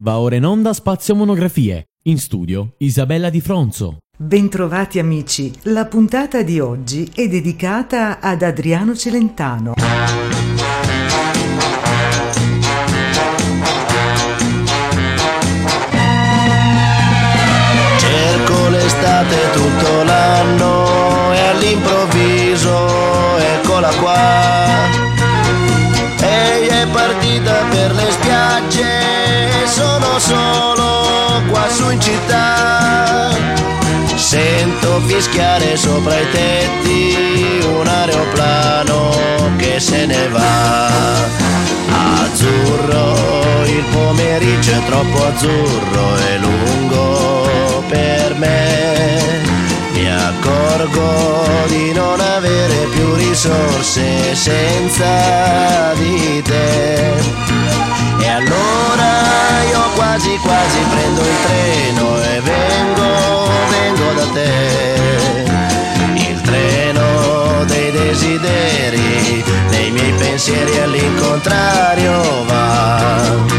Va ora in onda Spazio Monografie. In studio Isabella Di Fronzo. Bentrovati amici, la puntata di oggi è dedicata ad Adriano Celentano. Cerco l'estate tutto l'anno e all'improvviso eccola qua. Ehi, è partita per le spiagge, sono solo qua su in città. Sento fischiare sopra i tetti un aeroplano che se ne va. Azzurro, il pomeriggio è troppo azzurro e lungo per me. Mi accorgo di non avere più risorse senza di te. E allora io quasi prendo il treno e vengo da te. Il treno dei desideri, dei miei pensieri all'incontrario va.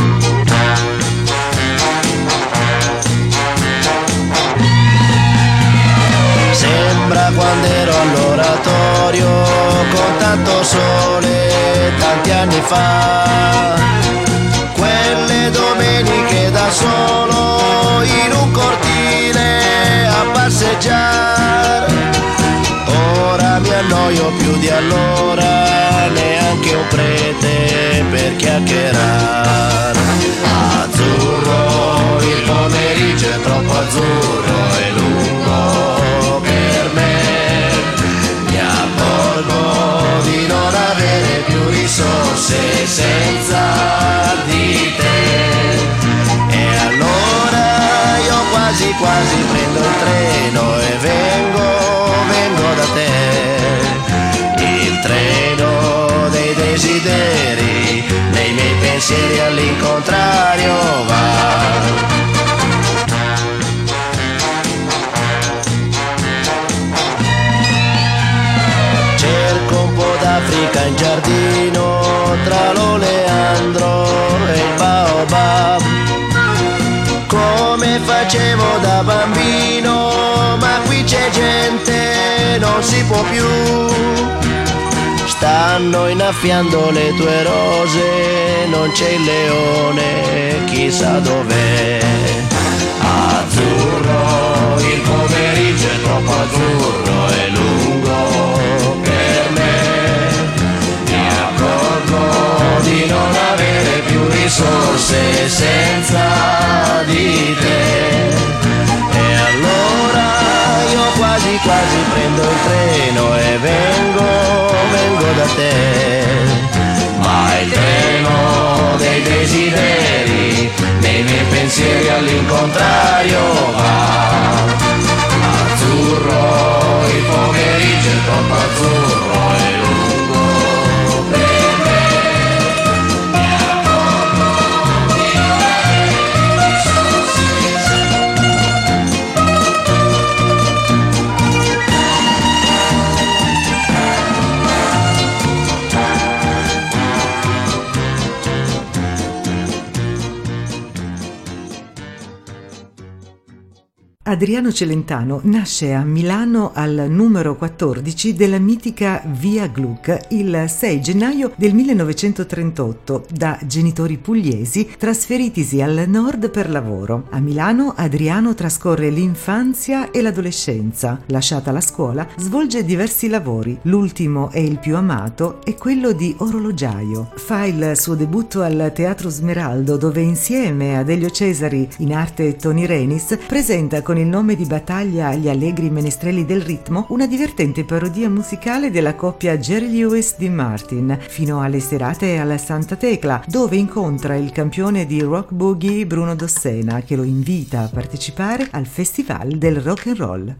Sembra quando ero all'oratorio con tanto sole tanti anni fa. Quelle domeniche da solo in un cortile a passeggiare. Ora mi annoio più di allora, neanche un prete per chiacchierare. Azzurro, il pomeriggio è troppo azzurro e lungo per me. Mi accorgo di non avere più risorse senza di te. E allora io quasi prendo il treno e vengo da te. Il treno dei desideri, dei miei pensieri all'incontrario va. Cerco un po' d'Africa in giardino tra l'oleandro e il baobab, come facevo da bambino, ma qui c'è gente, non si può più. Stanno innaffiando le tue rose, non c'è il leone, chissà dov'è. Azzurro, il pomeriggio è troppo azzurro e lungo per me. Mi accorgo di non avere più risorse senza di te. E allora io quasi prendo il treno e vengo da te. Ma il treno dei desideri, dei miei pensieri all'incontrario va. Azzurro, il pomeriggio è troppo azzurro e lungo per me. Mi accorgo di non avere risorse Adriano Celentano nasce a Milano al numero 14 della mitica Via Gluck il 6 gennaio del 1938 da genitori pugliesi trasferitisi al nord per lavoro. A Milano Adriano trascorre l'infanzia e l'adolescenza. Lasciata la scuola, svolge diversi lavori. L'ultimo e il più amato è quello di orologiaio. Fa il suo debutto al Teatro Smeraldo, dove insieme ad Elio Cesari, in arte Tony Renis, presenta con il nome di battaglia Gli allegri menestrelli del ritmo una divertente parodia musicale della coppia Jerry Lewis Dean Martin, fino alle serate alla Santa Tecla, dove incontra il campione di rock boogie Bruno Dossena, che lo invita a partecipare al Festival del Rock and Roll.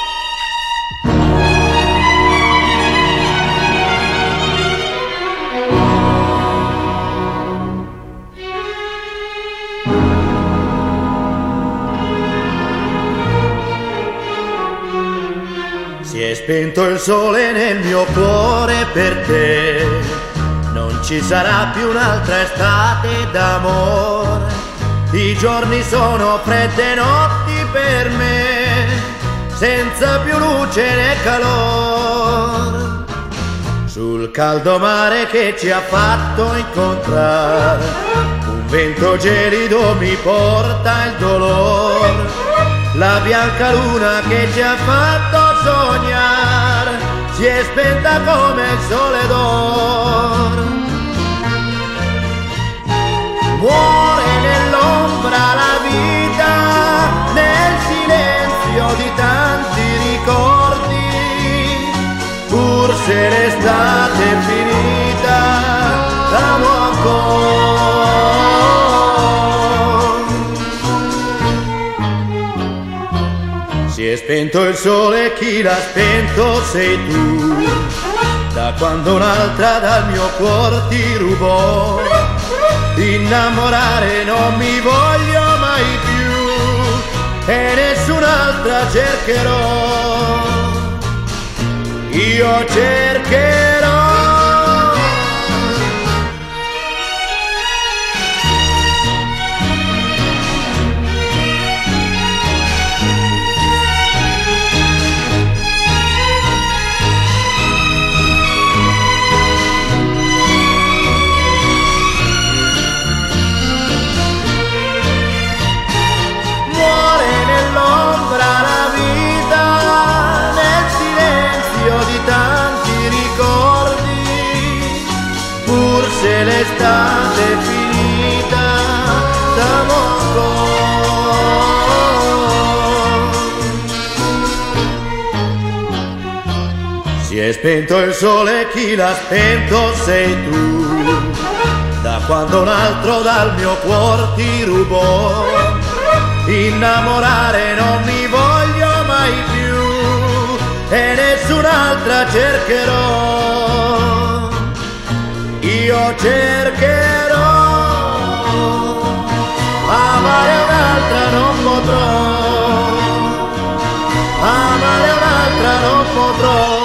Si è spento il sole nel mio cuore per te, non ci sarà più un'altra estate d'amore. I giorni sono fredde notti per me, senza più luce né calore. Sul caldo mare che ci ha fatto incontrare, un vento gelido mi porta il dolore. La bianca luna che ci ha fatto sognare si è spenta come il sole d'oro. Muore nell'ombra la vita, nel silenzio di tanti ricordi, pur se l'estate è finita, l'amo ancora. Si è spento il sole, chi l'ha spento sei tu, da quando un'altra dal mio cuor ti rubò. Innamorare non mi voglio mai più e nessun'altra cercherò. Io cercherò. Se l'estate è finita, siamo ancora. Si è spento il sole, chi l'ha spento sei tu, da quando un altro dal mio cuor ti rubò. Innamorare non mi voglio mai più e nessun'altra cercherò. Io cercherò, amare un'altra non potrò, amare un'altra non potrò.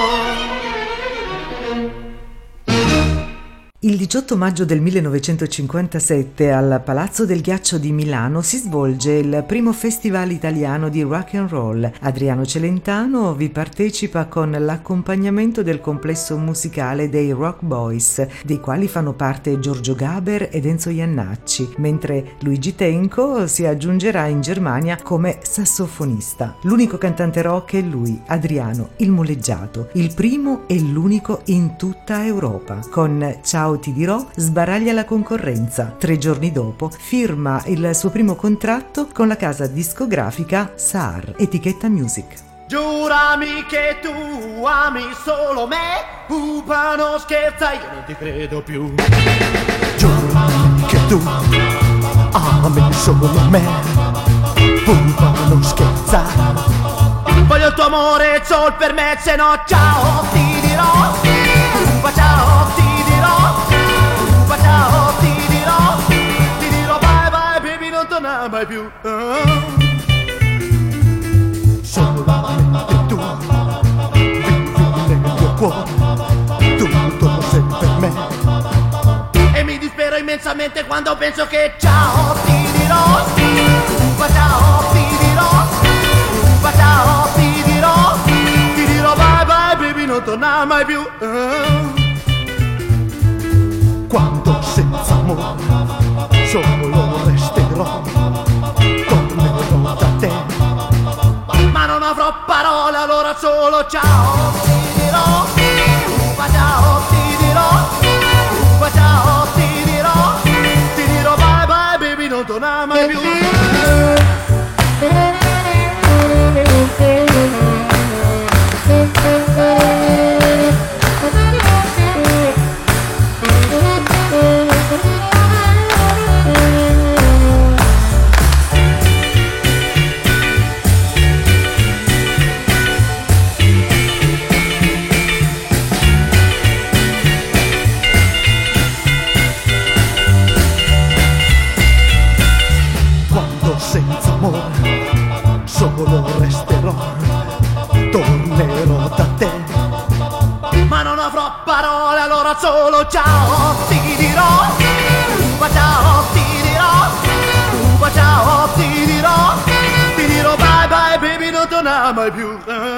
Il 18 maggio del 1957 al Palazzo del Ghiaccio di Milano si svolge il primo festival italiano di rock and roll. Adriano Celentano vi partecipa con l'accompagnamento del complesso musicale dei Rock Boys, dei quali fanno parte Giorgio Gaber ed Enzo Iannacci, mentre Luigi Tenco si aggiungerà in Germania come sassofonista. L'unico cantante rock è lui, Adriano, il muleggiato, il primo e l'unico in tutta Europa. Con Ciao ti dirò sbaraglia la concorrenza. 3 giorni dopo firma il suo primo contratto con la casa discografica Saar, etichetta Music. Giurami che tu ami solo me, pupa non scherza, io non ti credo più. Giurami che tu ami solo me, pupa non scherza. Voglio il tuo amore sol per me, se no ciao ti dirò, pupa ciao ti dirò, pupa ciao ti dirò bye bye baby non torna mai più. Solamente tu vivi nel mio cuore, tutto sei per me. E mi dispero immensamente quando penso che ciao ti dirò, pupa ciao ti dirò, pupa ciao ti dirò bye bye baby non torna mai più. Quando senza amore solo resterò, tornerò da te. Ma non avrò parole, allora solo ciao ti dirò, pupa ciao ti dirò, pupa ciao ti dirò bye bye baby non torna mai più. Senza amore solo resterò, tornerò da te. Ma non avrò parole, allora solo ciao ti dirò, pupa ciao ti dirò, pupa ciao torna mai più.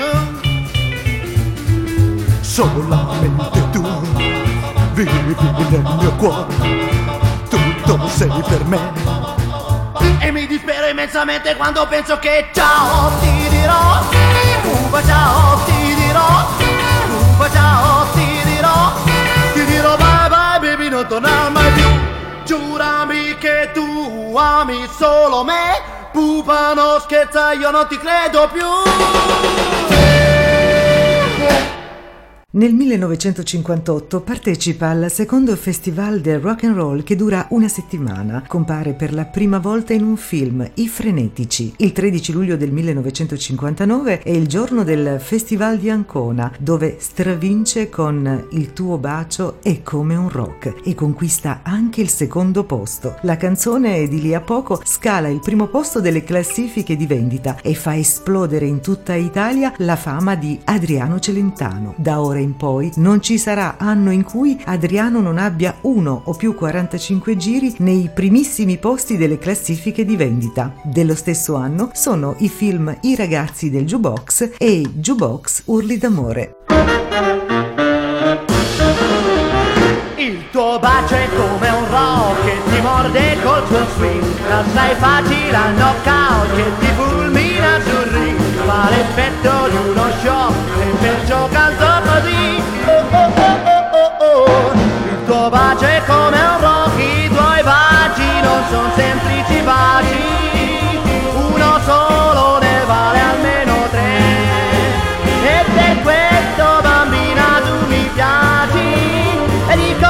Solamente tu vivi nel mio cuore, tutto sei per me. E mi dispero immensamente quando penso che ciao ti dirò, ciao ti dirò, ciao ti dirò bye bye baby, non torna mai più. Giurami che tu ami solo me, pupa non scherza, io non ti credo più. Nel 1958 partecipa al secondo festival del rock and roll che dura una settimana. Compare per la prima volta in un film, I Frenetici. Il 13 luglio del 1959 è il giorno del Festival di Ancona, dove stravince con Il tuo bacio è come un rock e conquista anche il secondo posto. La canzone di lì a poco scala il primo posto delle classifiche di vendita e fa esplodere in tutta Italia la fama di Adriano Celentano. Da ora in poi non ci sarà anno in cui Adriano non abbia uno o più 45 giri nei primissimi posti delle classifiche di vendita. Dello stesso anno sono i film I ragazzi del jukebox e Jukebox Urli d'amore. Il tuo bacio è come un rock che ti morde col tuo swing, assai facile al knockout che ti fulmina sul ring, fa l'effetto di uno shock e perciò canto così. Oh oh oh oh oh oh. Il tuo bacio è come un rock, i tuoi baci non sono semplici baci, uno solo ne vale almeno tre, e per questo bambina tu mi piaci, e dico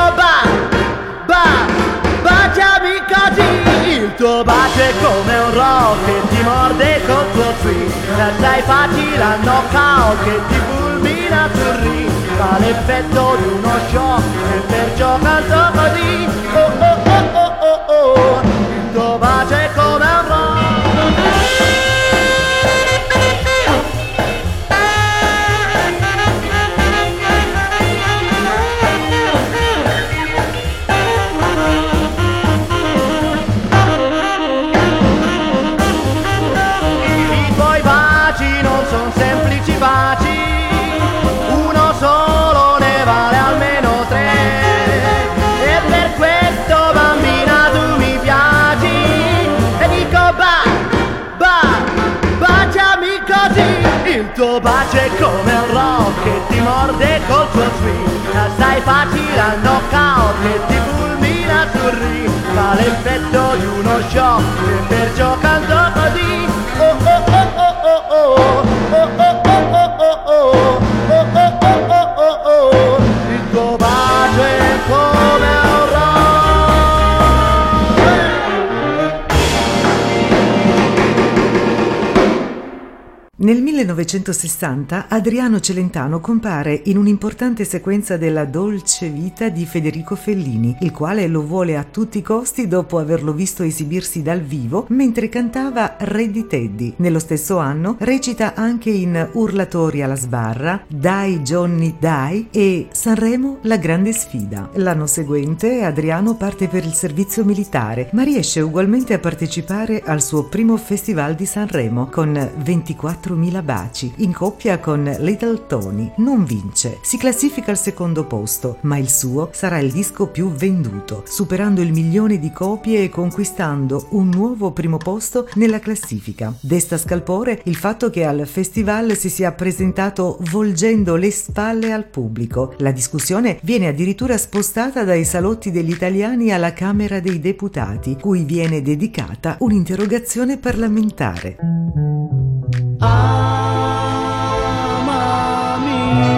baciami così. Il tuo bacio è come un rock che ti morde col tuo swing, sei facile al knockout che ti fulmina sul ring, fa l'effetto di uno shock e perciò canto così. Oh oh oh oh oh oh. Il tuo bacio è come un rock. Uno solo ne vale almeno tre, e per questo bambina tu mi piaci, e dico baciami così. Il tuo bacio è come un rock che ti morde col tuo swing, assai facile al knockout che ti fulmina sul ring, fa l'effetto di uno shock e perciò canto così. Oh oh oh oh oh oh. Oh oh oh oh oh oh, oh oh oh oh oh oh, il tuo bacio è come un rock. Nel 1960 Adriano Celentano compare in un'importante sequenza della Dolce Vita di Federico Fellini, il quale lo vuole a tutti i costi dopo averlo visto esibirsi dal vivo mentre cantava Re di Teddy. Nello stesso anno recita anche in Urlatori alla sbarra, Dai Johnny Dai e Sanremo la grande sfida. L'anno seguente Adriano parte per il servizio militare, ma riesce ugualmente a partecipare al suo primo festival di Sanremo con 24.000 baci, in coppia con Little Tony. Non vince, si classifica al secondo posto, ma il suo sarà il disco più venduto, superando il 1 milione di copie e conquistando un nuovo primo posto nella classifica. Desta scalpore il fatto che al festival si sia presentato volgendo le spalle al pubblico. La discussione viene addirittura spostata dai salotti degli italiani alla Camera dei Deputati, cui viene dedicata un'interrogazione parlamentare. Amami,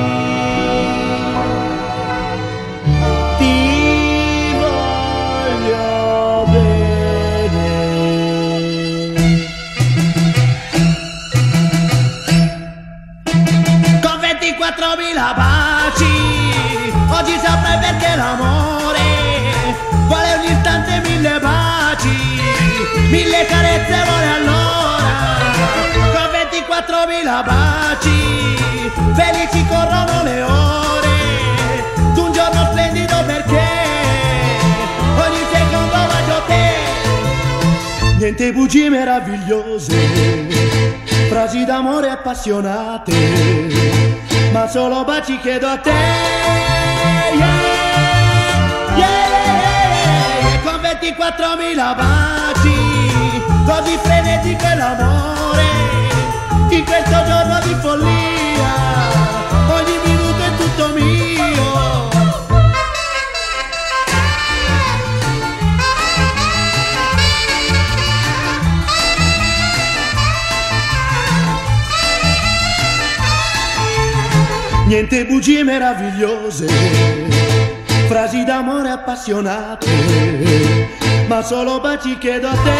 ti voglio bene. Con 24.000 baci, oggi saprai perché l'amore vuole ogni istante 1000 baci, 1000 carezze vuole allora. 4.000 baci, felici corrono le ore d'un giorno splendido perché ogni secondo bacio te, niente bugie meravigliose, frasi d'amore appassionate, ma solo baci chiedo a te. E con 24.000 baci, così frenetico è l'amore, in questo giorno di follia, ogni minuto è tutto mio. Niente bugie meravigliose, frasi d'amore appassionate, ma solo baci chiedo a te.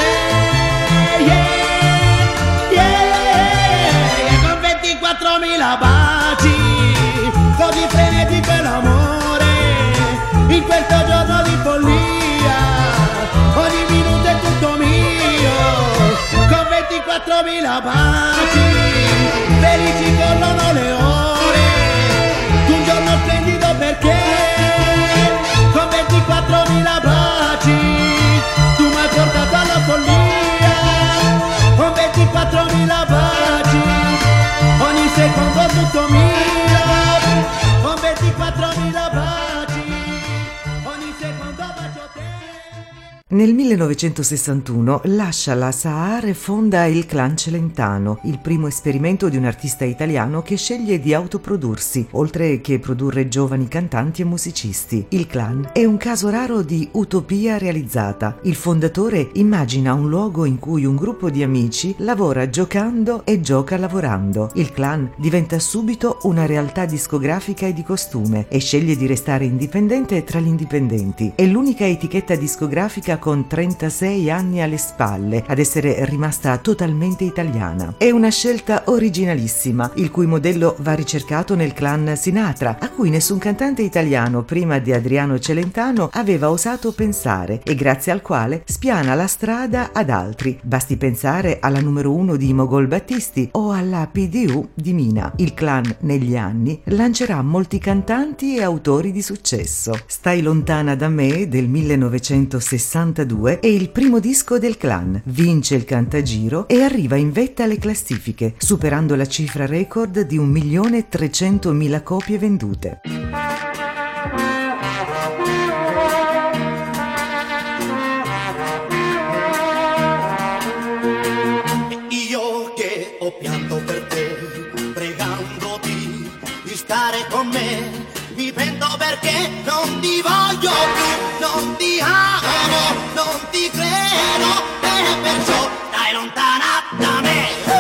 E con 24.000 baci, così frenetico è l'amore, in questo giorno di follia, ogni minuto è tutto mio. Con 24.000 baci, felici corrono le ore, un giorno splendido perché con 24.000 baci tu mi hai portato alla follia. Con 24.000 baci ogni secondo tutto mio. Con 24.000 baci ogni secondo bacio te. Nel 1961 lascia la Sahar e fonda il Clan Celentano, il primo esperimento di un artista italiano che sceglie di autoprodursi, oltre che produrre giovani cantanti e musicisti. Il Clan è un caso raro di utopia realizzata. Il fondatore immagina un luogo in cui un gruppo di amici lavora giocando e gioca lavorando. Il Clan diventa subito una realtà discografica e di costume e sceglie di restare indipendente tra gli indipendenti. È l'unica etichetta discografica con 36 anni alle spalle ad essere rimasta totalmente italiana. È una scelta originalissima, il cui modello va ricercato nel Clan Sinatra, a cui nessun cantante italiano prima di Adriano Celentano aveva osato pensare e grazie al quale spiana la strada ad altri. Basti pensare alla numero 1 di Mogol Battisti o alla PDU di Mina. Il Clan negli anni lancerà molti cantanti e autori di successo. Stai lontana da me del 1962 è il primo disco del Clan, vince il Cantagiro e arriva in vetta alle classifiche, superando la cifra record di 1.300.000 copie vendute. Io che ho pianto per te, pregandoti di stare con me, mi pento perché non ti voglio più, non ti amo, non ti credo, e perciò stai lontana da me.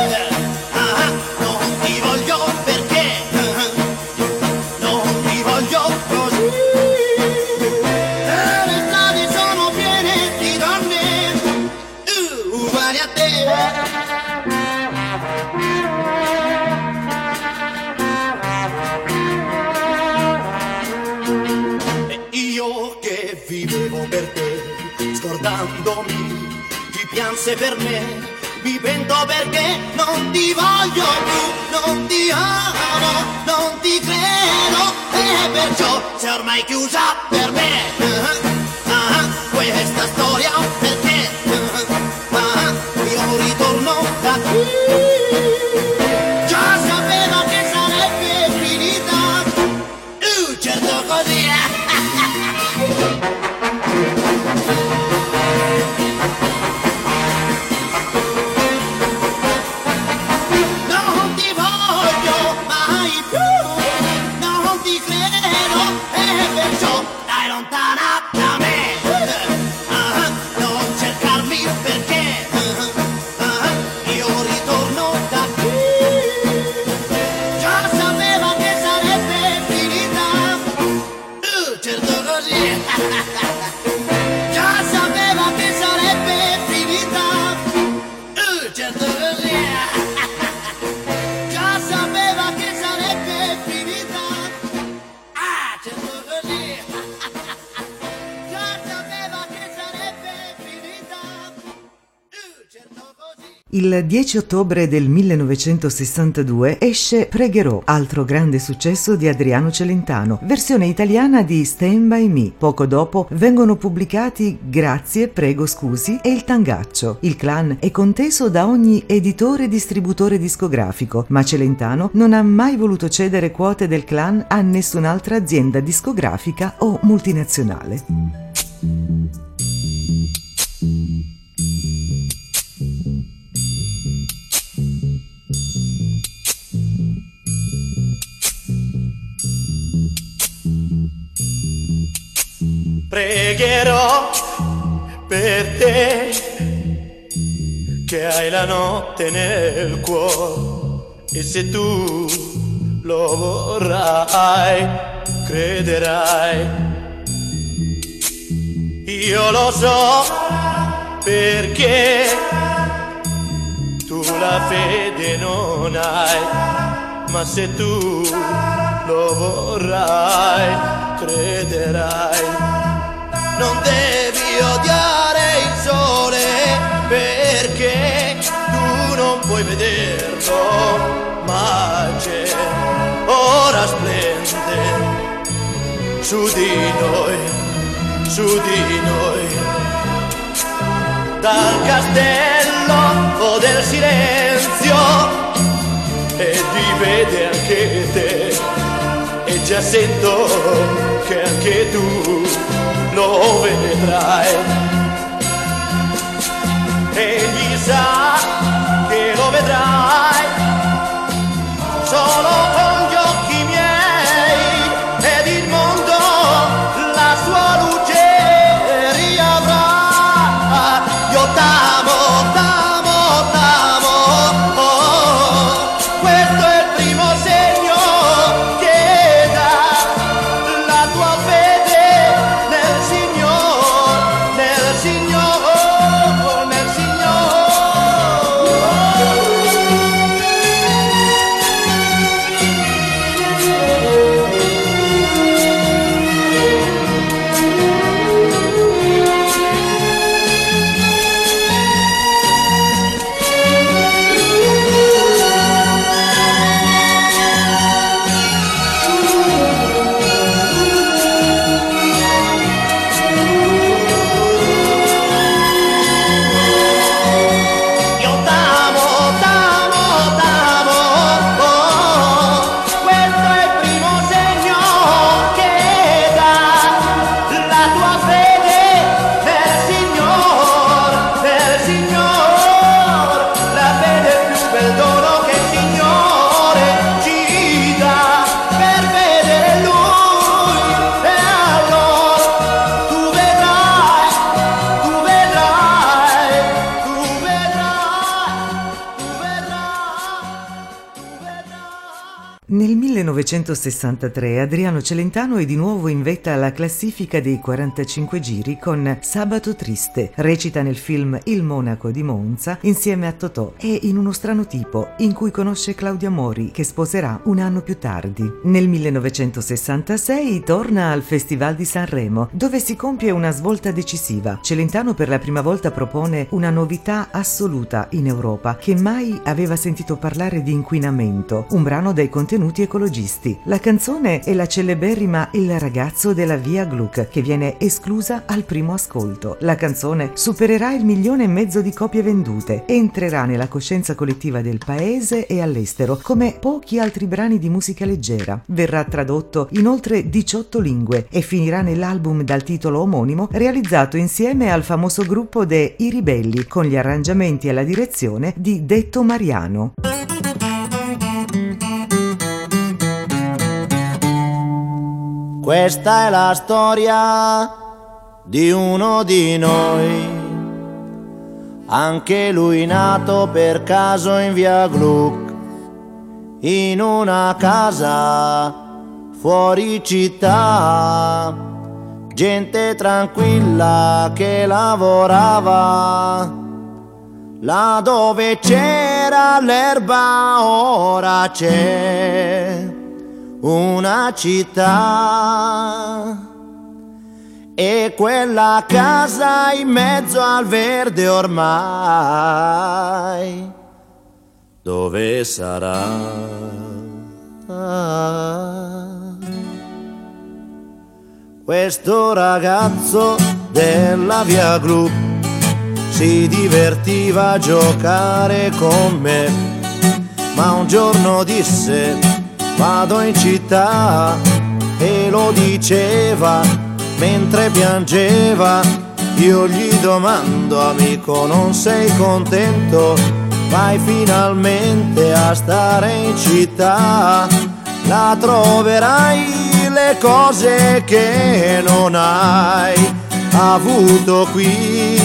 Non ti voglio perché non ti voglio così. Le strade sono piene di donne uguali a te. Vivevo per te, scordandomi, chi pianse per me, mi pento perché non ti voglio più, non ti amo, non ti credo, e perciò sei ormai chiusa per me. Questa storia perché io ritorno da qui. Già sapevo che sarebbe finita, certo così. Non ti voglio mai più, non ti credo, e perciò stai lontana da me. Non cercarmi perché io ritorno da qui. Il 10 ottobre del 1962 esce Pregherò, altro grande successo di Adriano Celentano, versione italiana di Stand By Me. Poco dopo vengono pubblicati Grazie, Prego, Scusi e Il Tangaccio. Il clan è conteso da ogni editore e distributore discografico, ma Celentano non ha mai voluto cedere quote del clan a nessun'altra azienda discografica o multinazionale. Pregherò per te che hai la notte nel cuore e se tu lo vorrai, crederai. Io lo so perché tu la fede non hai, ma se tu lo vorrai, crederai. Non devi odiare il sole perché tu non puoi vederlo, ma c'è, ora splende su di noi, su di noi. Dal castello del silenzio e ti vede anche te e già sento che anche tu lo vedrai. Egli sa che lo vedrai solo con gli occhi miei ed il mondo la sua luce riavrà. Io t'amo, t'amo, t'amo, oh, questo è il primo segno che dà la tua fede nel Signore, nel Signore, nel Signore. Io t'amo, t'amo, t'amo, oh, questo è il primo segno che dà la tua fede nel Signore, nel Signore. La fede è il più bel dono che il Signore ci dà per vedere Lui e allora tu vedrai, tu vedrai, tu vedrai, tu vedrai, tu vedrai. Nel 1963 Adriano Celentano è di nuovo in vetta alla classifica dei 45 giri con Sabato Triste. Recita nel film Il Monaco di Monza insieme a Totò e in Uno strano tipo, in cui conosce Claudia Mori, che sposerà un anno più tardi. Nel 1966 torna al Festival di Sanremo, dove si compie una svolta decisiva. Celentano per la prima volta propone una novità assoluta in Europa, che mai aveva sentito parlare di inquinamento, un brano dai contenuti ecologisti. La canzone è la celeberrima Il ragazzo della via Gluck, che viene esclusa al primo ascolto. La canzone supererà il 1,5 milioni di copie vendute, entrerà nella coscienza collettiva del paese e all'estero come pochi altri brani di musica leggera. Verrà tradotto in oltre 18 lingue e finirà nell'album dal titolo omonimo, realizzato insieme al famoso gruppo de I Ribelli, con gli arrangiamenti e la direzione di Detto Mariano. Questa è la storia di uno di noi, anche lui nato per caso in via Gluck, in una casa fuori città, gente tranquilla che lavorava, là dove c'era l'erba ora c'è una città, e quella casa in mezzo al verde ormai dove sarà? Questo ragazzo della via Glu si divertiva a giocare con me, ma un giorno disse vado in città, e lo diceva mentre piangeva. Io gli domando, amico, non sei contento? Vai finalmente a stare in città, la troverai le cose che non hai avuto qui.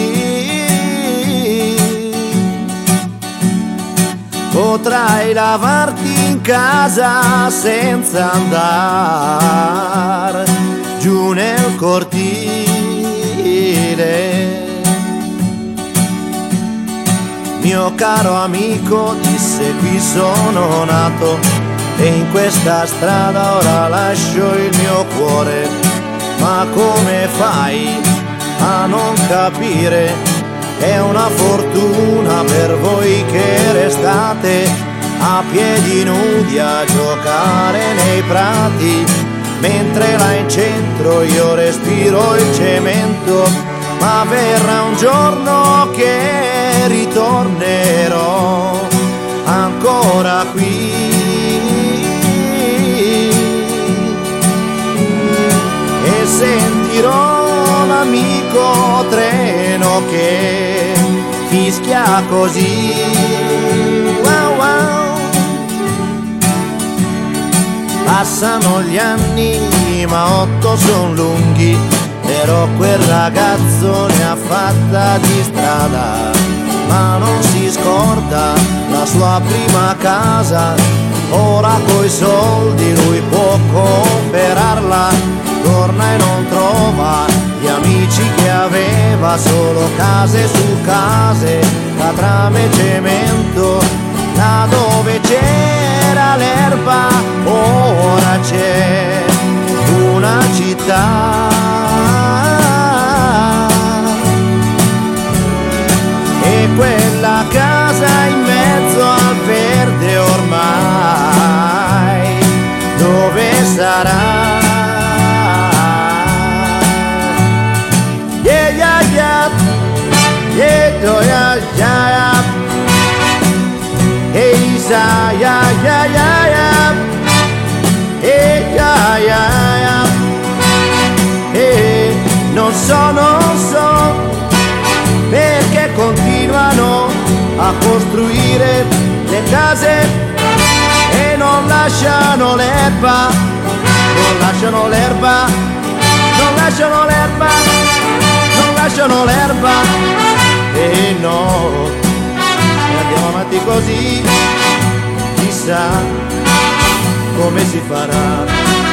Potrai lavarti in casa senza andare giù nel cortile. Mio caro amico, disse, qui sono nato e in questa strada ora lascio il mio cuore. Ma come fai a non capire? È una fortuna per voi che restate a piedi nudi a giocare nei prati, mentre là in centro io respiro il cemento. Ma verrà un giorno che ritornerò ancora qui e sentirò l'amico treno che fischia così. Wow, wow. Passano gli anni ma 8 son lunghi, però quel ragazzo ne ha fatta di strada, ma non si scorda la sua prima casa. Ora coi soldi lui può comprarla, torna e non trova gli amici che aveva, solo case su case, catrame e cemento. Là dove c'era l'erba ora c'è una città, e quella casa in mezzo al verde ormai dove sarà? Yeah, yeah, yeah, yeah, yeah, yeah, yeah. Hey, yeah, yeah, yeah, yeah. Hey, yeah, yeah, yeah. Hey, non so perché continuano a costruire le case e non lasciano l'erba, non lasciano l'erba, non lasciano l'erba, non lasciano l'erba. E no, e andiamo avanti così, chissà come si farà.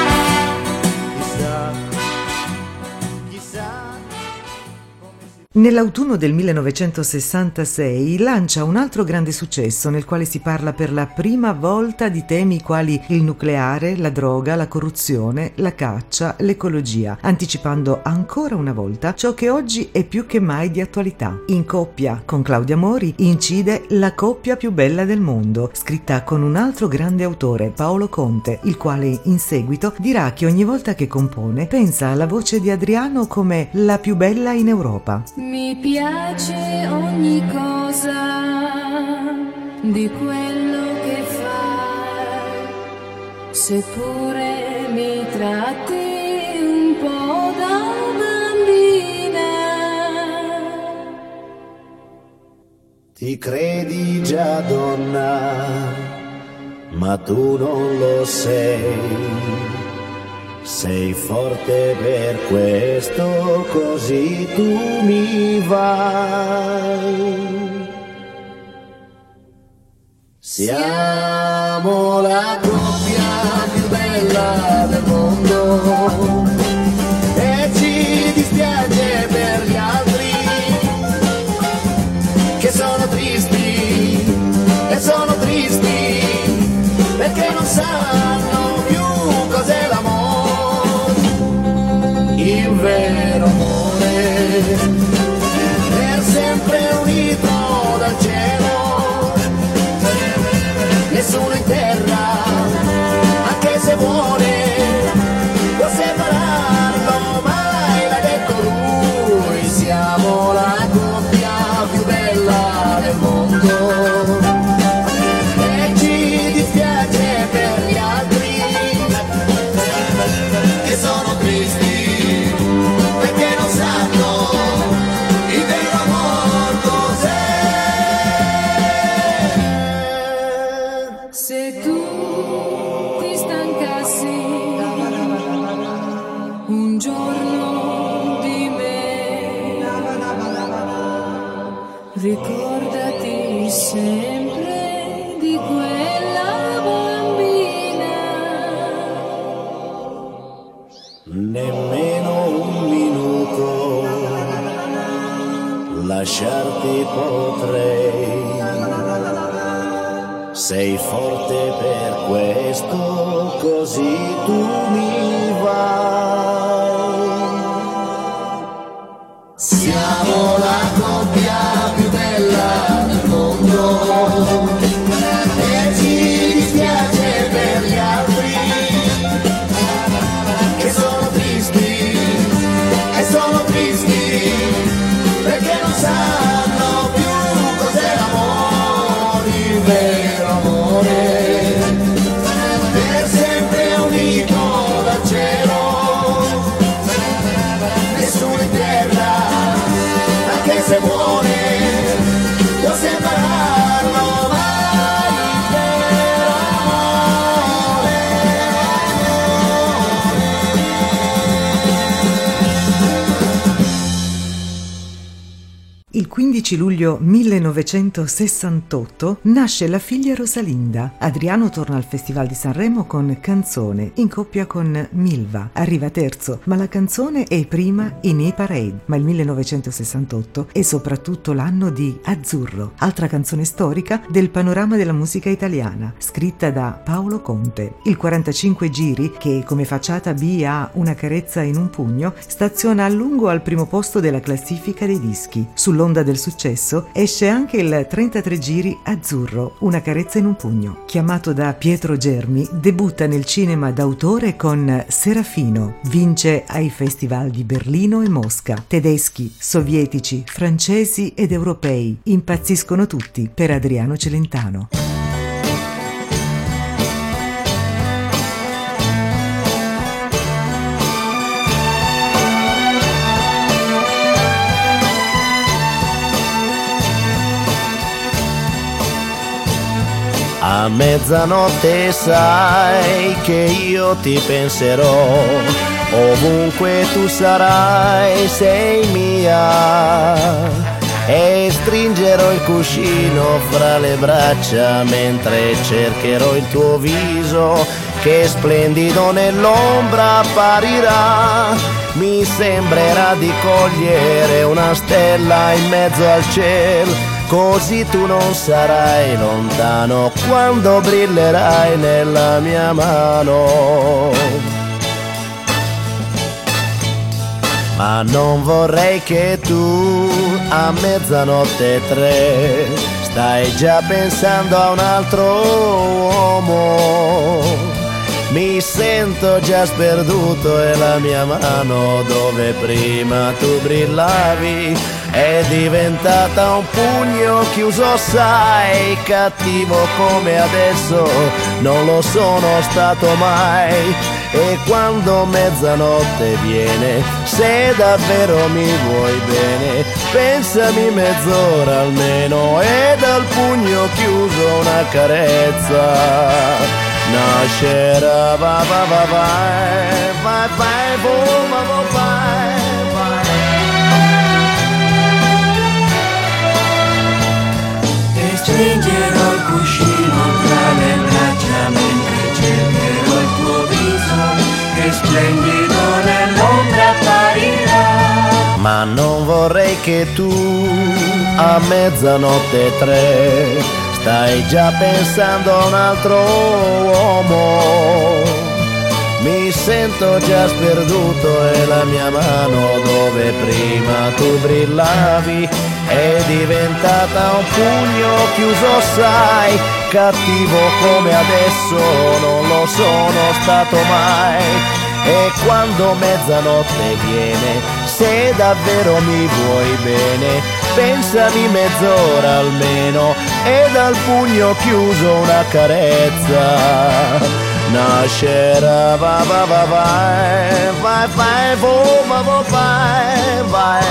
Nell'autunno del 1966 lancia un altro grande successo nel quale si parla per la prima volta di temi quali il nucleare, la droga, la corruzione, la caccia, l'ecologia, anticipando ancora una volta ciò che oggi è più che mai di attualità. In coppia con Claudia Mori incide La coppia più bella del mondo, scritta con un altro grande autore, Paolo Conte, il quale in seguito dirà che ogni volta che compone pensa alla voce di Adriano come la più bella in Europa. Mi piace ogni cosa di quello che fai, seppure mi tratti un po' da bambina. Ti credi già donna, ma tu non lo sei. Sei forte per questo, così tu mi vai. Siamo la coppia più bella del mondo e ci dispiace per gli altri che sono tristi e sono tristi perché non sanno più cos'è l'amore. Il vero amore per sempre unito dal cielo sempre di quella bambina. Nemmeno un minuto lasciarti potrei. Sei forte per questo, così tu mi vai. Siamo la coppia più bella del mondo e ci dispiace per gli altri che sono tristi e sono tristi perché non sanno più cos'è l'amore, il vero amore, per sempre unico dal cielo, nessuno in terra, anche se vuole, può separarlo mai, il vero amore. Il 15 luglio 1968 nasce la figlia Rosalinda. Adriano torna al Festival di Sanremo con Canzone, in coppia con Milva. Arriva terzo, ma la canzone è prima in E-Parade. Ma il 1968 è soprattutto l'anno di Azzurro, altra canzone storica del panorama della musica italiana, scritta da Paolo Conte. Il 45 giri, che come facciata B ha Una carezza in un pugno, staziona a lungo al primo posto della classifica dei dischi. Sull'onda del successo esce anche il 33 giri Azzurro, Una carezza in un pugno. Chiamato da Pietro Germi, debutta nel cinema d'autore con Serafino. Vince ai festival di Berlino e Mosca. Tedeschi, sovietici, francesi ed europei impazziscono tutti per Adriano Celentano. A mezzanotte sai che io ti penserò, ovunque tu sarai sei mia, e stringerò il cuscino fra le braccia mentre cercherò il tuo viso che splendido nell'ombra apparirà. Mi sembrerà di cogliere una stella in mezzo al cielo, così tu non sarai lontano quando brillerai nella mia mano. Ma non vorrei che tu a mezzanotte 3 stai già pensando a un altro uomo. Mi sento già sperduto e la mia mano dove prima tu brillavi è diventata un pugno chiuso, sai, cattivo come adesso non lo sono stato mai. E quando mezzanotte viene, se davvero mi vuoi bene, pensami mezz'ora almeno e dal pugno chiuso una carezza nascerà. Va va va vai, vai vai, vo va vo vai, vai. E stringerò il cuscino tra le braccia mentre cercherò il tuo viso che splendido nell'ombra apparirà. Ma non vorrei che tu a mezzanotte 3 stai già pensando a un altro uomo. Mi sento già sperduto e la mia mano dove prima tu brillavi è diventata un pugno chiuso, sai, cattivo come adesso non lo sono stato mai. E quando mezzanotte viene, se davvero mi vuoi bene, pensami mezz'ora almeno e dal pugno chiuso una carezza nascerà. Va va va vai, vai vai, vo va vo vai, vai.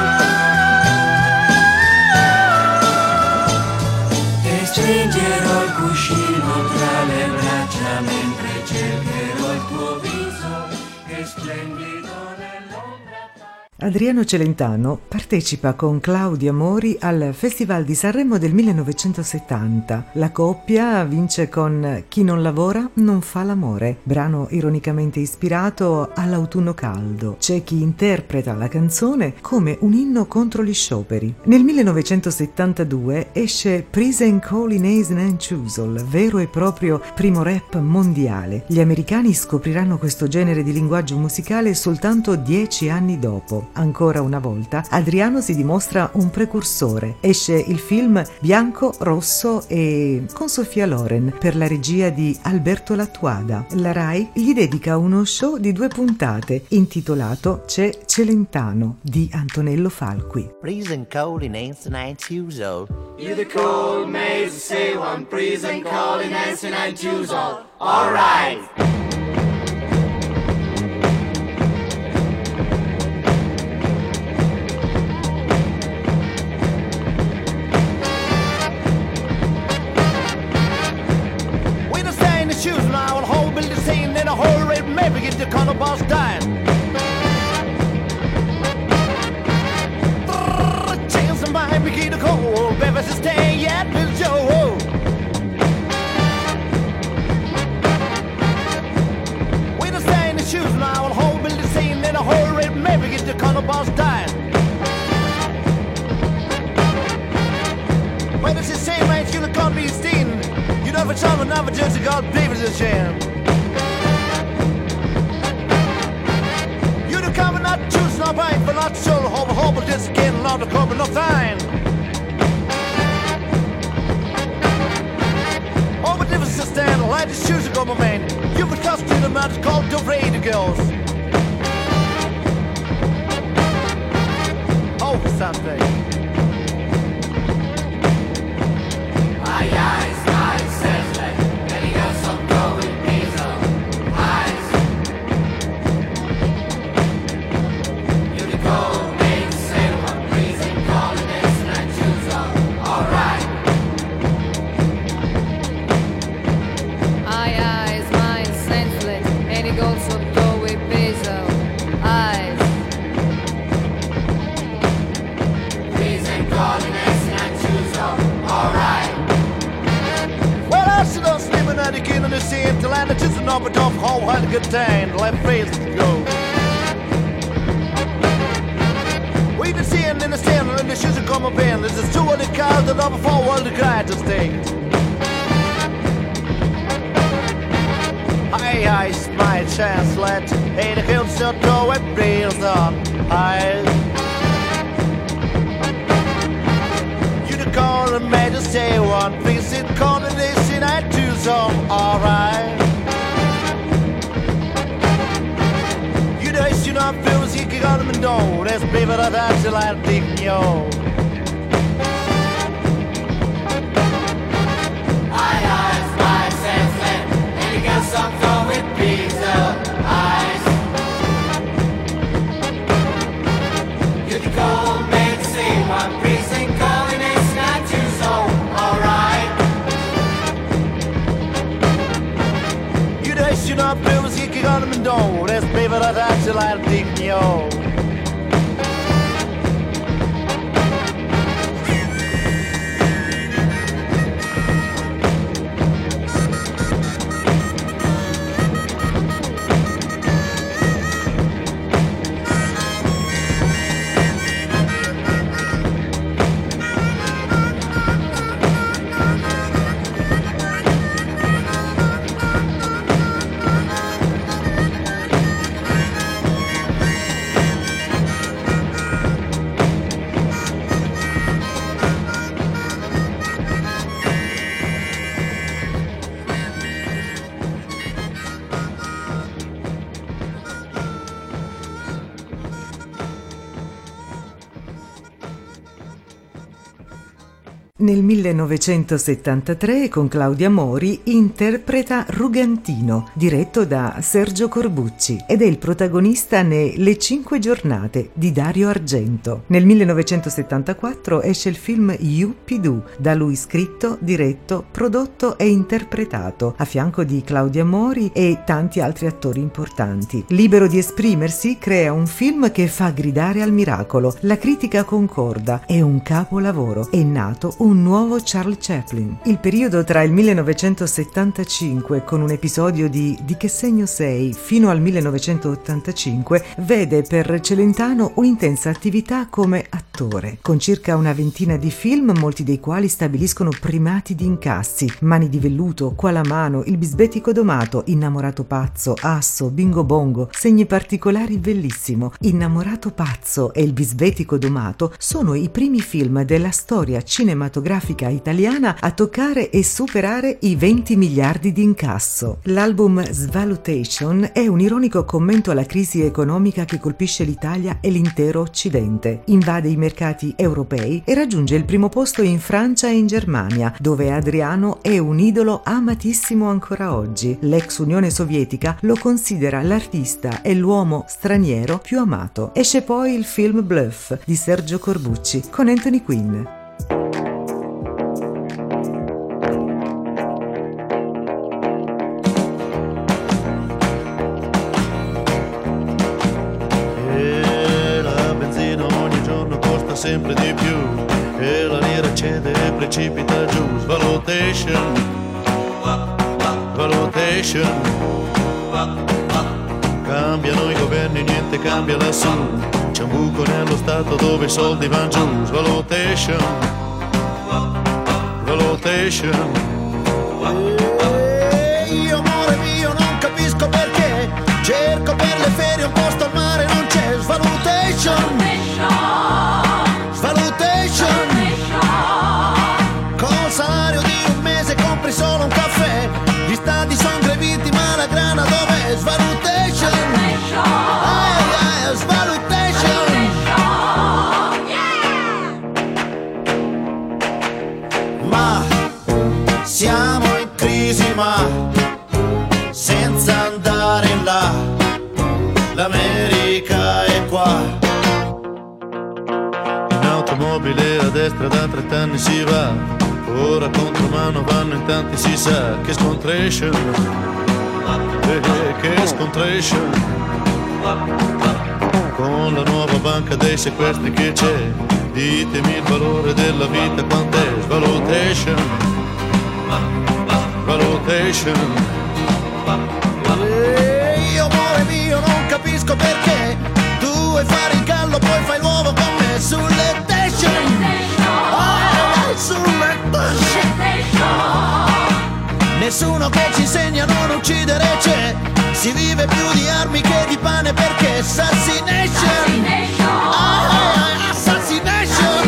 E stringerò il cuscino tra le braccia mentre cercherò il tuo viso che splendido nell'ombra. Adriano Celentano partecipa con Claudia Mori al Festival di Sanremo del 1970. La coppia vince con Chi non lavora non fa l'amore, brano ironicamente ispirato all'autunno caldo. C'è chi interpreta la canzone come un inno contro gli scioperi. Nel 1972 esce Prison Call in Eisen and Chusel, vero e proprio primo rap mondiale. Gli americani scopriranno questo genere di linguaggio musicale soltanto 10 anni dopo. Ancora una volta Adriano si dimostra un precursore. Esce il film Bianco, Rosso e con Sofia Loren per la regia di Alberto Lattuada. La Rai gli dedica uno show di 2 puntate intitolato C'è Celentano di Antonello Falqui. Freezing cold in Anson and Tuesday. You the cold maze, say one, freezing cold in Anson and Tuesday. All right. Shoes now and whole building scene in a whole red maybe get the corner boss dying. Chance behind me get the cold, baby, stay yet with Joe. We the stay in the shoes now and whole building scene in a whole red maybe get the corner boss dying. When it's the same range, you're gonna be seen. Never trouble, never just God, baby's a sham. You the cover, not choose, not bite, but not soul, hope, just getting not the cover, no fine. Oh, but difference to stand, light the shoes go, my man. You would trust to the man, it's called the radio girls. Oh, someday. Aye, aye. Just an up and off, how had a good time, left face to go. We been seeing in the stand, and the shoes are coming in. This is 200 cars that over forward the guy to stay. I my chance, let hey, the hills don't go and breathe on. You the call and made us say one, please sit calling this in I do some, alright. You know, I feel as you got them and don't. That's baby, that's the light of taking you. Eyes, my sense, and you got some go with pizza. Eyes. You can go make the same one, precinct calling it's not too so. Alright. You know, I feel as you got them and don't. That's baby, that's the light of taking you. Nel 1973 con Claudia Mori interpreta Rugantino, diretto da Sergio Corbucci, ed è il protagonista ne Le 5 giornate di Dario Argento. Nel 1974 esce il film Yuppidoo, da lui scritto, diretto, prodotto e interpretato, a fianco di Claudia Mori e tanti altri attori importanti. Libero di esprimersi, crea un film che fa gridare al miracolo. La critica concorda, è un capolavoro, è nato un nuovo Charlie Chaplin. Il periodo tra il 1975, con un episodio di Che segno sei, fino al 1985, vede per Celentano un'intensa attività come attore, con circa una ventina di film, molti dei quali stabiliscono primati di incassi: Mani di velluto, Qua la mano, Il bisbetico domato, Innamorato pazzo, Asso, Bingo Bongo, Segni particolari, bellissimo. Innamorato pazzo e Il bisbetico domato sono i primi film della storia cinematografica italiana a toccare e superare i 20 miliardi di incasso. L'album Svalutation è un ironico commento alla crisi economica che colpisce l'Italia e l'intero Occidente. Invade i mercati europei e raggiunge il primo posto in Francia e in Germania, dove Adriano è un idolo amatissimo ancora oggi. L'ex Unione Sovietica lo considera l'artista e l'uomo straniero più amato. Esce poi il film Bluff di Sergio Corbucci con Anthony Quinn. Sempre di più e la lira cede e precipita giù. Svalutation, valutation. Cambiano i governi, niente cambia lassù. C'è un buco nello stato dove i soldi van giù. Svalutation, valutation. Io amore mio non capisco perché cerco per le ferie un posto al mare, non c'è. Svalutation, con salario di un mese compri solo un caffè. Gli stadi sono greviti ma la grana dov'è? Svalutation, svalutation. Ma siamo in crisi, ma senza andare in là. L'America è qua. Automobile a destra da 30 anni si va, ora contro mano vanno in tanti, si sa che scontration, che scontration. Con la nuova banca dei sequestri che c'è, ditemi il valore della vita quant'è. Svalutation, valutation. Io amore mio non capisco perché tu vuoi fare il gallo poi fai l'uovo con me sulle nessuno che ci insegna a non uccidere c'è. Si vive più di armi che di pane perché assassination, assassination.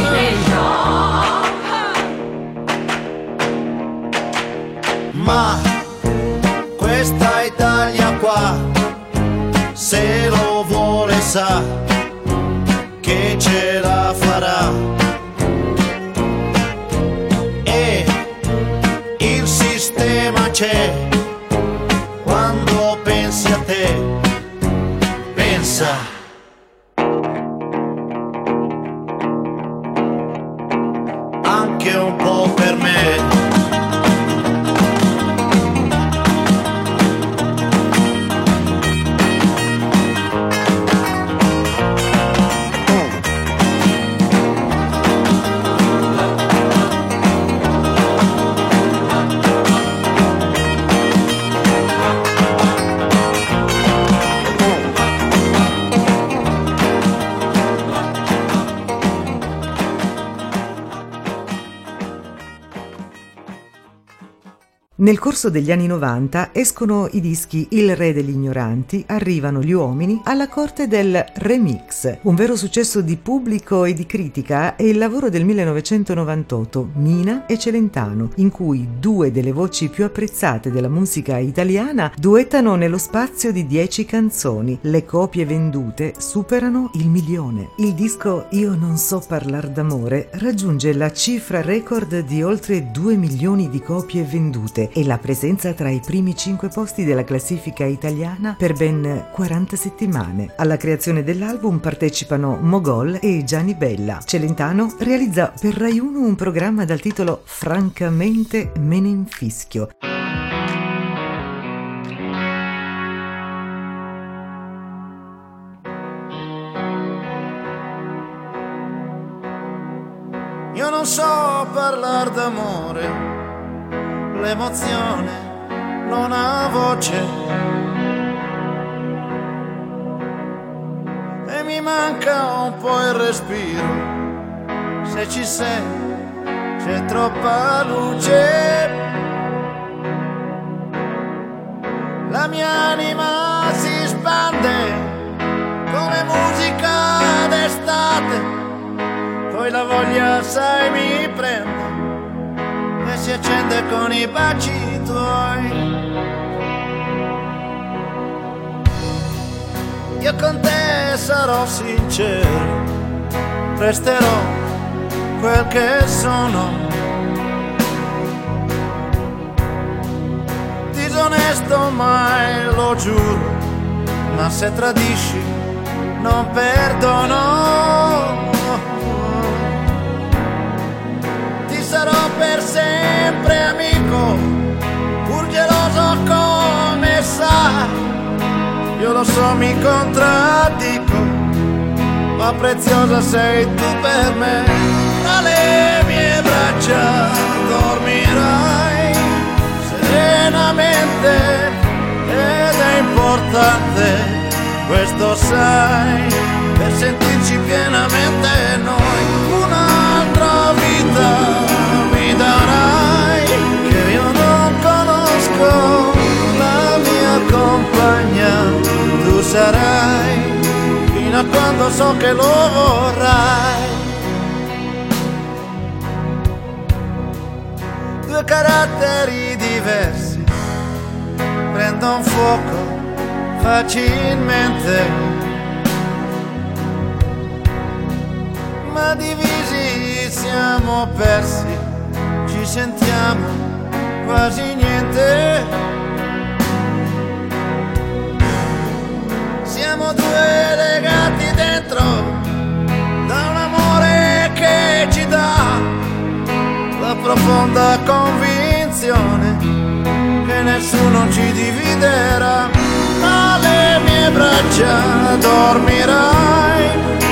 Ma questa Italia qua, se lo vuole sa che ce la farà. C'è quando pensi a te, pensa. Anche un po' per me. Nel corso degli anni 90 escono i dischi Il Re degli Ignoranti, Arrivano gli uomini, Alla corte del remix. Un vero successo di pubblico e di critica è il lavoro del 1998, Mina e Celentano, in cui due delle voci più apprezzate della musica italiana duettano nello spazio di 10 canzoni. Le copie vendute superano il 1.000.000. Il disco Io non so parlar d'amore raggiunge la cifra record di oltre 2 milioni di copie vendute e la presenza tra i primi 5 posti della classifica italiana per ben 40 settimane. Alla creazione dell'album partecipano Mogol e Gianni Bella. Celentano realizza per Rai 1 un programma dal titolo Francamente me ne infischio. Io non so parlar d'amore, l'emozione non ha voce e mi manca un po' il respiro. Se ci sei c'è troppa luce, la mia anima si spande come musica d'estate, poi la voglia sai mi prende e si accende con i baci tuoi. Io con te sarò sincero, resterò quel che sono, disonesto mai lo giuro, ma se tradisci non perdono. Sarò per sempre amico, pur geloso come sai. Io lo so mi contraddico, ma preziosa sei tu per me. Tra le mie braccia dormirai serenamente ed è importante, questo sai, per sentirci pienamente noi. Un'altra vita darai, che io non conosco, la mia compagna tu sarai, fino a quando so che lo vorrai. Due caratteri diversi prendono fuoco facilmente, ma divisi siamo persi, ci sentiamo quasi niente. Siamo due legati dentro da un amore che ci dà la profonda convinzione che nessuno ci dividerà. Alle mie braccia dormirai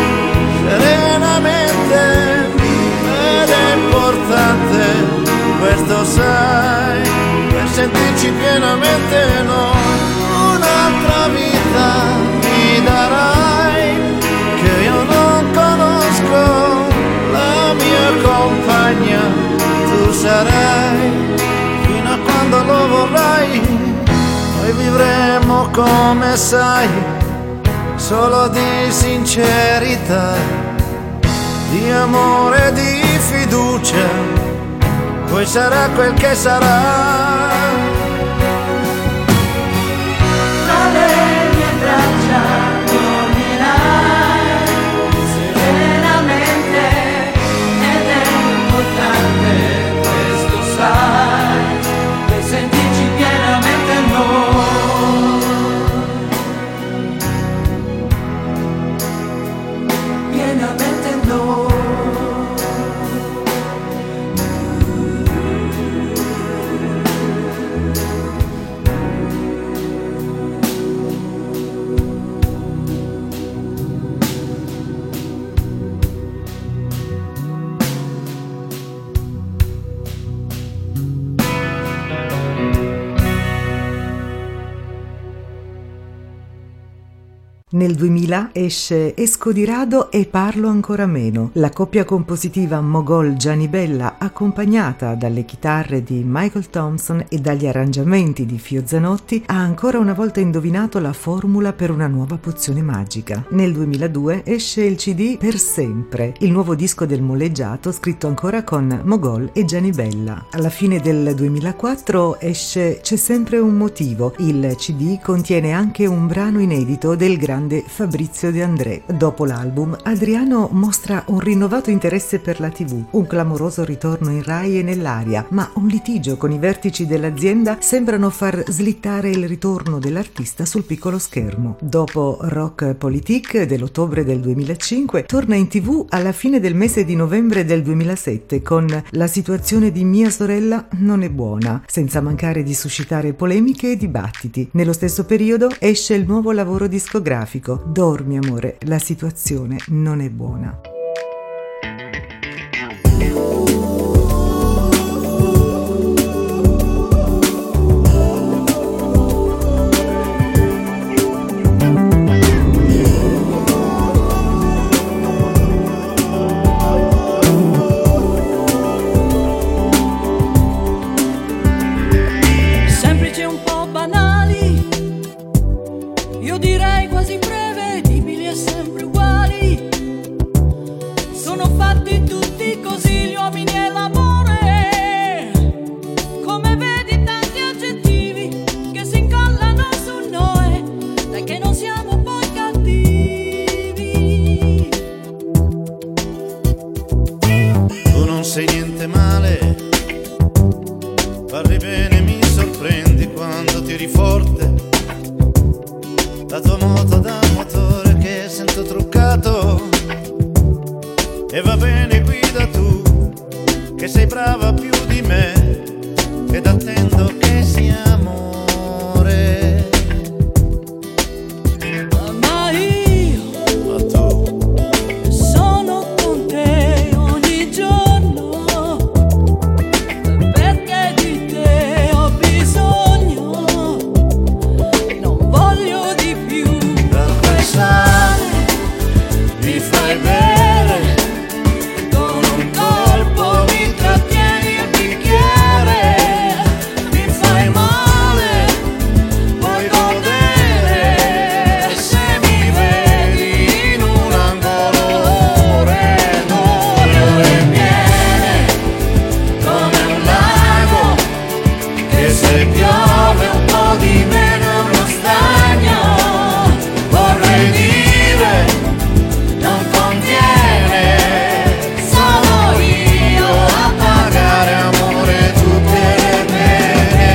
serenamente ed è importante, questo sai, per sentirci pienamente noi. Un'altra vita mi darai, che io non conosco, la mia compagna tu sarai, fino a quando lo vorrai. Noi vivremo come sai, solo di sincerità, di amore, di fiducia, poi sarà quel che sarà. Tra le mie braccia dormirai serenamente ed è importante, questo sai, per sentirci pienamente noi. Pienamente noi. Nel 2000 esce Esco di rado e parlo ancora meno. La coppia compositiva Mogol-Gianni Bella, accompagnata dalle chitarre di Michael Thompson e dagli arrangiamenti di Fio Zanotti, ha ancora una volta indovinato la formula per una nuova pozione magica. Nel 2002 esce il CD Per sempre, il nuovo disco del Molleggiato scritto ancora con Mogol e Gianni Bella. Alla fine del 2004 esce C'è sempre un motivo. Il CD contiene anche un brano inedito del grande Fabrizio De André. Dopo l'album, Adriano mostra un rinnovato interesse per la TV, un clamoroso ritorno in Rai e nell'aria, ma un litigio con i vertici dell'azienda sembrano far slittare il ritorno dell'artista sul piccolo schermo. Dopo Rock Politique dell'ottobre del 2005, torna in TV alla fine del mese di novembre del 2007 con La situazione di mia sorella non è buona, senza mancare di suscitare polemiche e dibattiti. Nello stesso periodo esce il nuovo lavoro discografico Dormi amore, la situazione non è buona. Semplici un po' banali, io direi quasi imprevedibili e sempre uguali. Sono fatti tutti così gli uomini e l'amore. Come vedi tanti aggettivi che si incollano su noi, dai che non siamo poi cattivi. Tu non sei niente male, parli bene, mi sorprendi quando tiri forte. La tua moto da motore che sento truccato. E va bene, guida tu, che sei brava più di me, ed attendo che sia amore. Ma io tu sono con te ogni giorno, perché di te ho bisogno. Non voglio di più d'acqua e sale, mi fai bere, con un colpo mi trattieni il bicchiere, mi fai male, puoi godere, se mi vedi in un angolo ore, ore piene, come un lago, che se piove un po' di meno è uno stagno, vorrei dire, non conviene, sono io a pagare amore tutte le pene.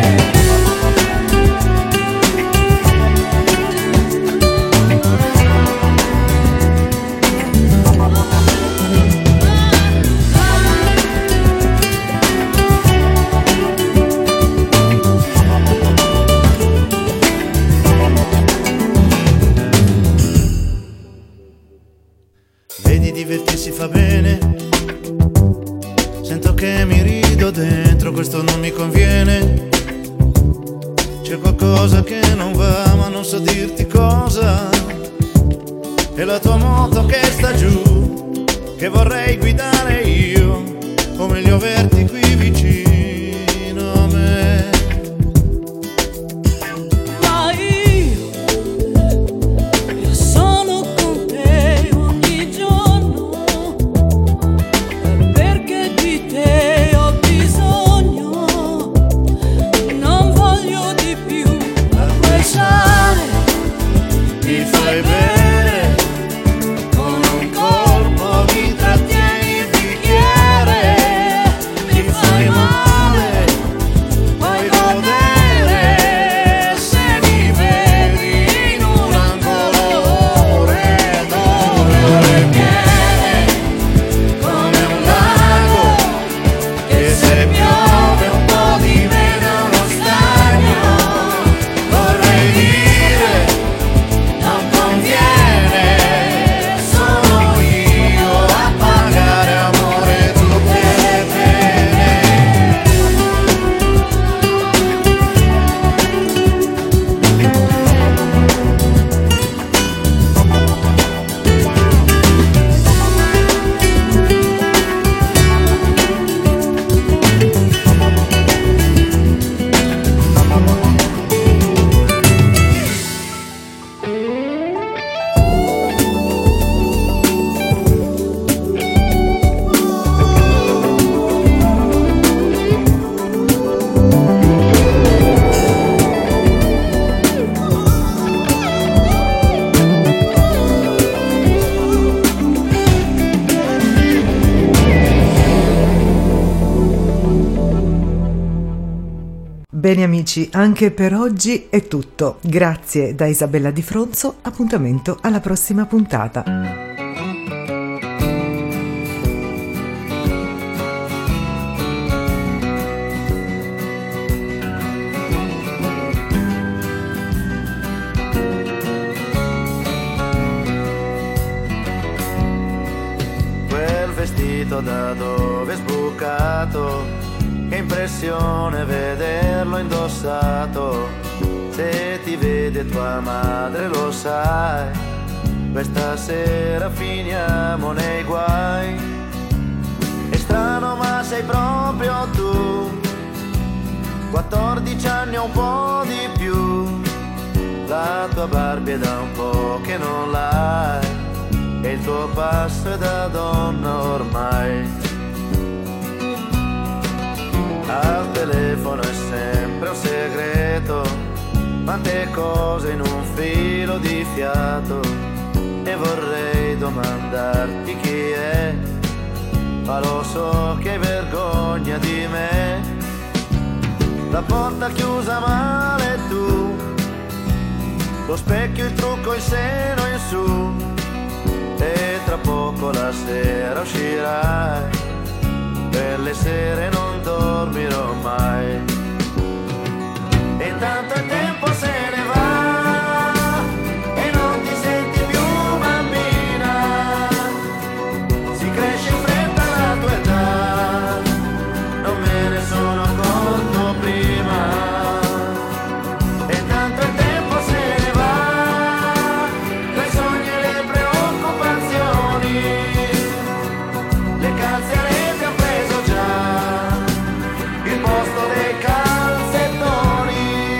Vedi, divertirsi fa bene, sento che mi rido dentro, questo non mi conviene. C'è qualcosa che non va, ma non so dirti cosa. E la tua moto che sta giù, che vorrei guidare io, o meglio averti qui vicino a me. Ma io sono con te ogni giorno, perché di te ho bisogno. Non voglio di più acqua e sale, Mi fai bere, con un colpo mi trattieni il bicchiere, mi fai male. Bene amici, anche per oggi è tutto. Grazie da Isabella Di Fronzo, appuntamento alla prossima puntata. Quel vestito da dove è sbucato, che impressione vederlo indossato. Se ti vede tua madre lo sai, questa sera finiamo nei guai. È strano ma sei proprio tu, 14 anni o un po' di più. La tua Barbie è da un po' che non l'hai, e il tuo passo è da donna ormai. Al telefono è sempre un segreto, quante cose in un filo di fiato. E vorrei domandarti chi è, ma lo so che hai vergogna di me. La porta chiusa male tu, lo specchio, il trucco, il seno in su. E tra poco la sera uscirai, per le sere non dormirò mai. E intanto il tempo se ne va e non ti senti più bambina. Si cresce in fretta la tua età, non me ne sono accorto prima. E intanto il tempo se ne va, tra i sogni e le preoccupazioni. Le calze a rete han preso già il posto dei calzettoni.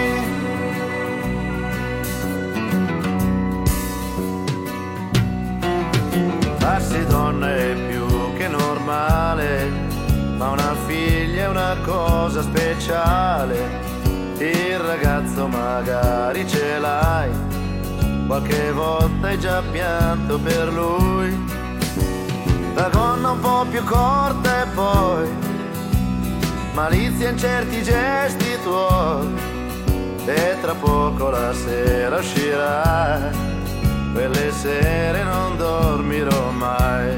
Farsi donna è più che normale, ma una figlia è una cosa speciale. Il ragazzo magari ce l'hai, qualche volta hai già pianto per lui. La gonna un po' più corta e poi malizia in certi gesti tuoi. E tra poco la sera uscirà, quelle sere non dormirò mai.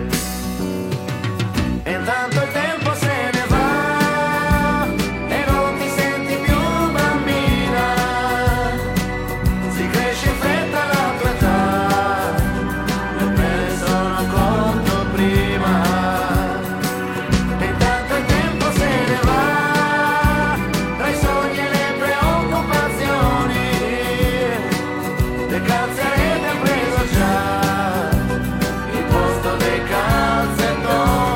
E intanto il tempo se ne va e non ti senti più bambina. Si cresce in fretta la tua età, non me ne sono accorto prima. E intanto il tempo se ne va, tra i sogni e le preoccupazioni. Le calze a rete han preso già il posto dei calzettoni.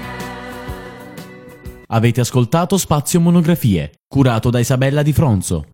Avete ascoltato Spazio Monografie, curato da Isabella Di Fronzo.